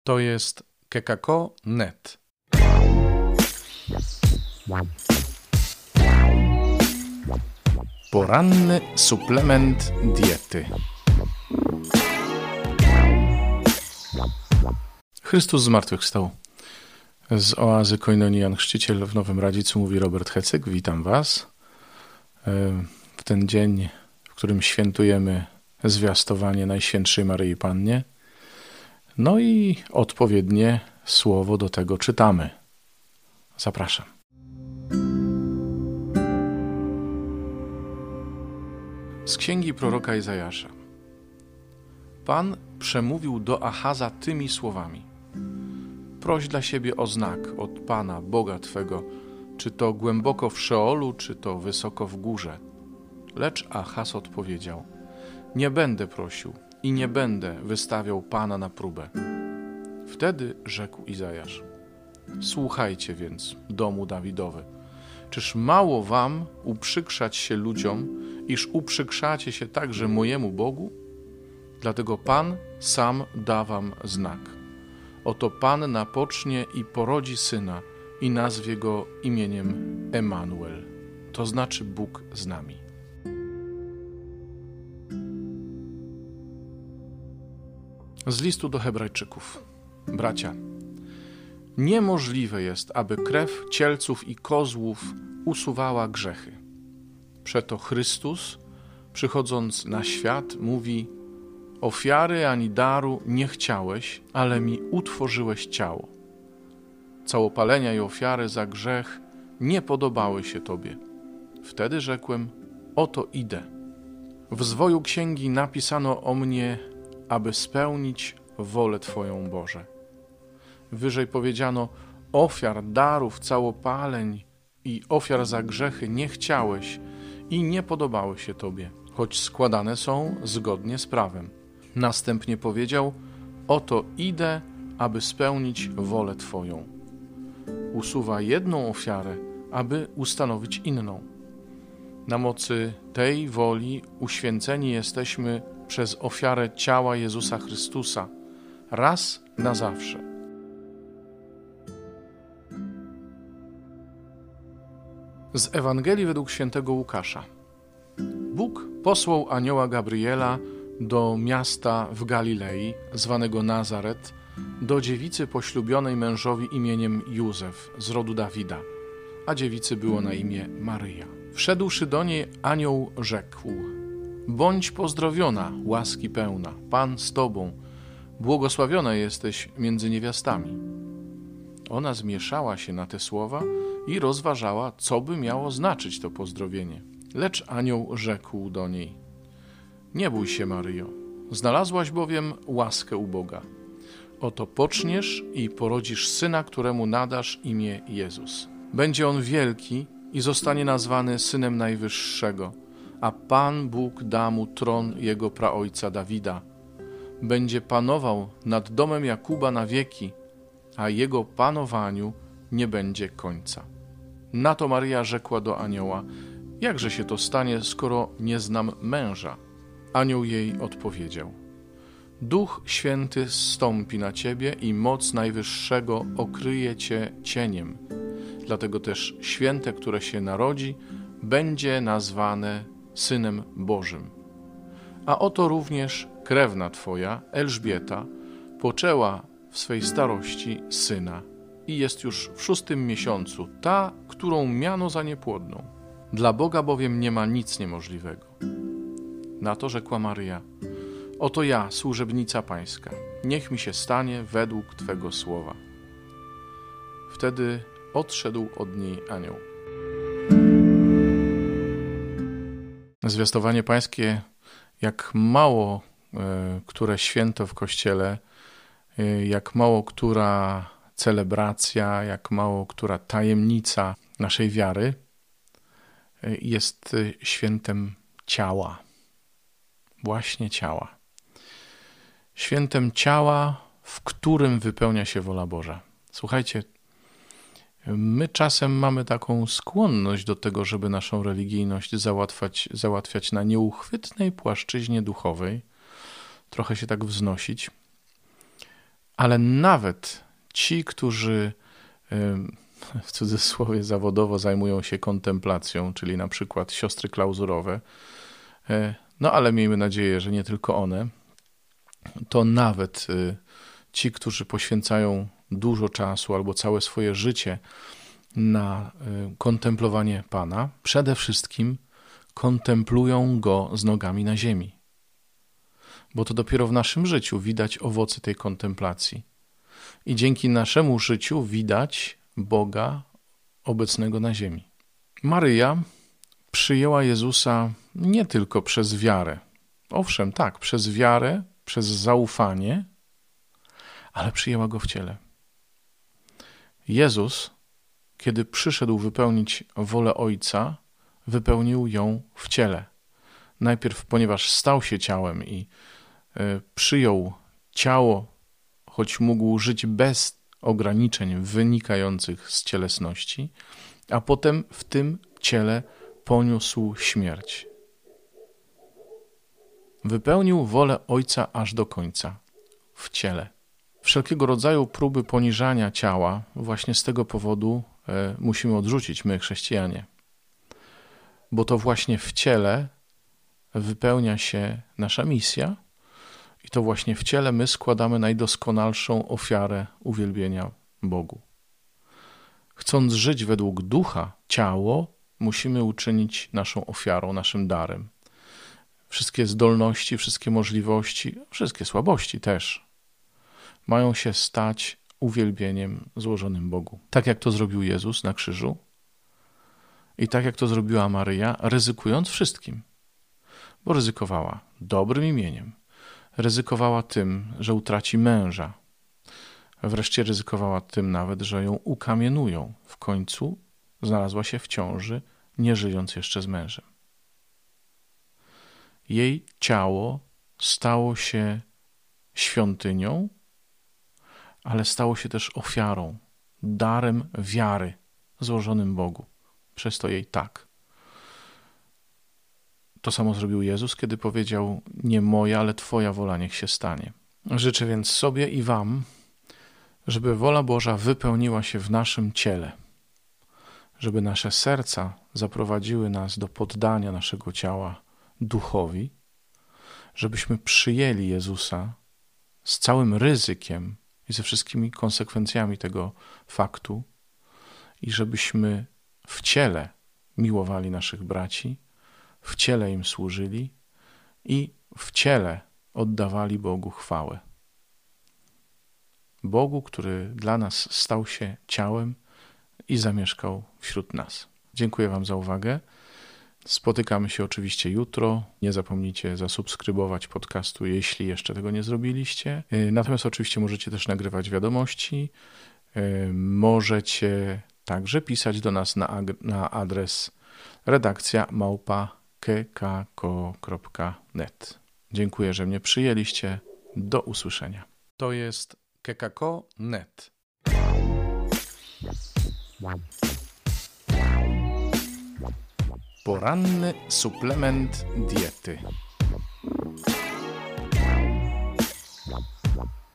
To jest kekako.net. Poranny suplement diety. Chrystus zmartwychwstał. Z oazy Koinonii Jan Chrzciciel w Nowym Radzicu mówi Robert Hecyk. Witam Was w ten dzień, w którym świętujemy zwiastowanie Najświętszej Maryi Pannie. No i odpowiednie słowo do tego czytamy. Zapraszam. Z księgi proroka Izajasza. Pan przemówił do Achaza tymi słowami. Proś dla siebie o znak od Pana, Boga Twego, czy to głęboko w Szeolu, czy to wysoko w górze. Lecz Achaz odpowiedział, nie będę prosił i nie będę wystawiał Pana na próbę. Wtedy rzekł Izajasz, słuchajcie więc, domu Dawidowy, czyż mało wam uprzykrzać się ludziom, iż uprzykrzacie się także mojemu Bogu? Dlatego Pan sam da wam znak. Oto Pan napocznie i porodzi syna i nazwie go imieniem Emanuel, to znaczy Bóg z nami. Z listu do Hebrajczyków. Bracia, niemożliwe jest, aby krew cielców i kozłów usuwała grzechy. Przeto Chrystus, przychodząc na świat, mówi, ofiary ani daru nie chciałeś, ale mi utworzyłeś ciało. Całopalenia i ofiary za grzech nie podobały się Tobie. Wtedy rzekłem, oto idę. W zwoju księgi napisano o mnie, aby spełnić wolę Twoją, Boże. Wyżej powiedziano, ofiar, darów, całopaleń i ofiar za grzechy nie chciałeś i nie podobały się Tobie, choć składane są zgodnie z prawem. Następnie powiedział, oto idę, aby spełnić wolę Twoją. Usuwa jedną ofiarę, aby ustanowić inną. Na mocy tej woli uświęceni jesteśmy przez ofiarę ciała Jezusa Chrystusa, raz na zawsze. Z Ewangelii według świętego Łukasza. Bóg posłał anioła Gabriela do miasta w Galilei, zwanego Nazaret, do dziewicy poślubionej mężowi imieniem Józef z rodu Dawida, a dziewicy było na imię Maryja. Wszedłszy do niej, anioł rzekł, bądź pozdrowiona, łaski pełna, Pan z Tobą, błogosławiona jesteś między niewiastami. Ona zmieszała się na te słowa i rozważała, co by miało znaczyć to pozdrowienie. Lecz anioł rzekł do niej, nie bój się, Maryjo, znalazłaś bowiem łaskę u Boga. Oto poczniesz i porodzisz syna, któremu nadasz imię Jezus. Będzie on wielki i zostanie nazwany Synem Najwyższego, a Pan Bóg da mu tron jego praojca Dawida. Będzie panował nad domem Jakuba na wieki, a jego panowaniu nie będzie końca. Na to Maryja rzekła do anioła, jakże się to stanie, skoro nie znam męża? Anioł jej odpowiedział, Duch Święty zstąpi na ciebie i moc Najwyższego okryje cię cieniem. Dlatego też święte, które się narodzi, będzie nazwane Synem Bożym. A oto również krewna twoja, Elżbieta, poczęła w swej starości syna i jest już w 6. miesiącu, ta, którą miano za niepłodną. Dla Boga bowiem nie ma nic niemożliwego. Na to rzekła Maryja, oto ja, służebnica Pańska, niech mi się stanie według Twego słowa. Wtedy odszedł od niej anioł. Zwiastowanie Pańskie, jak mało które święto w Kościele, jak mało która celebracja, jak mało która tajemnica naszej wiary jest świętem ciała. Właśnie ciała. Świętem ciała, w którym wypełnia się wola Boża. Słuchajcie, my czasem mamy taką skłonność do tego, żeby naszą religijność załatwiać na nieuchwytnej płaszczyźnie duchowej, trochę się tak wznosić, Ale nawet ci, którzy w cudzysłowie zawodowo zajmują się kontemplacją, czyli na przykład siostry klauzurowe, no ale miejmy nadzieję, że nie tylko one, to nawet ci, którzy poświęcają dużo czasu albo całe swoje życie na kontemplowanie Pana, przede wszystkim kontemplują Go z nogami na ziemi. Bo to dopiero w naszym życiu widać owoce tej kontemplacji. I dzięki naszemu życiu widać Boga obecnego na ziemi. Maryja przyjęła Jezusa nie tylko przez wiarę. Owszem, tak, przez wiarę, przez zaufanie, ale przyjęła Go w ciele. Jezus, kiedy przyszedł wypełnić wolę Ojca, wypełnił ją w ciele. Najpierw, ponieważ stał się ciałem i przyjął ciało, choć mógł żyć bez ograniczeń wynikających z cielesności, a potem w tym ciele poniósł śmierć. Wypełnił wolę Ojca aż do końca, w ciele. Wszelkiego rodzaju próby poniżania ciała właśnie z tego powodu musimy odrzucić my, chrześcijanie. Bo to właśnie w ciele wypełnia się nasza misja i to właśnie w ciele my składamy najdoskonalszą ofiarę uwielbienia Bogu. Chcąc żyć według ducha, ciało musimy uczynić naszą ofiarą, naszym darem. Wszystkie zdolności, wszystkie możliwości, wszystkie słabości też mają się stać uwielbieniem złożonym Bogu. Tak jak to zrobił Jezus na krzyżu i tak jak to zrobiła Maryja, ryzykując wszystkim. Bo ryzykowała dobrym imieniem, ryzykowała tym, że utraci męża, wreszcie ryzykowała tym nawet, że ją ukamienują. W końcu znalazła się w ciąży, nie żyjąc jeszcze z mężem. Jej ciało stało się świątynią, ale stało się też ofiarą, darem wiary złożonym Bogu. Przez to jej tak. To samo zrobił Jezus, kiedy powiedział: nie moja, ale Twoja wola niech się stanie. Życzę więc sobie i wam, żeby wola Boża wypełniła się w naszym ciele, żeby nasze serca zaprowadziły nas do poddania naszego ciała duchowi, żebyśmy przyjęli Jezusa z całym ryzykiem i ze wszystkimi konsekwencjami tego faktu i żebyśmy w ciele miłowali naszych braci, w ciele im służyli i w ciele oddawali Bogu chwałę. Bogu, który dla nas stał się ciałem i zamieszkał wśród nas. Dziękuję wam za uwagę. Spotykamy się oczywiście jutro. Nie zapomnijcie zasubskrybować podcastu, jeśli jeszcze tego nie zrobiliście. Natomiast oczywiście możecie też nagrywać wiadomości. Możecie także pisać do nas na adres redakcja@kekako.net. Dziękuję, że mnie przyjęliście. Do usłyszenia. To jest kekako.net. Poranny suplement diety.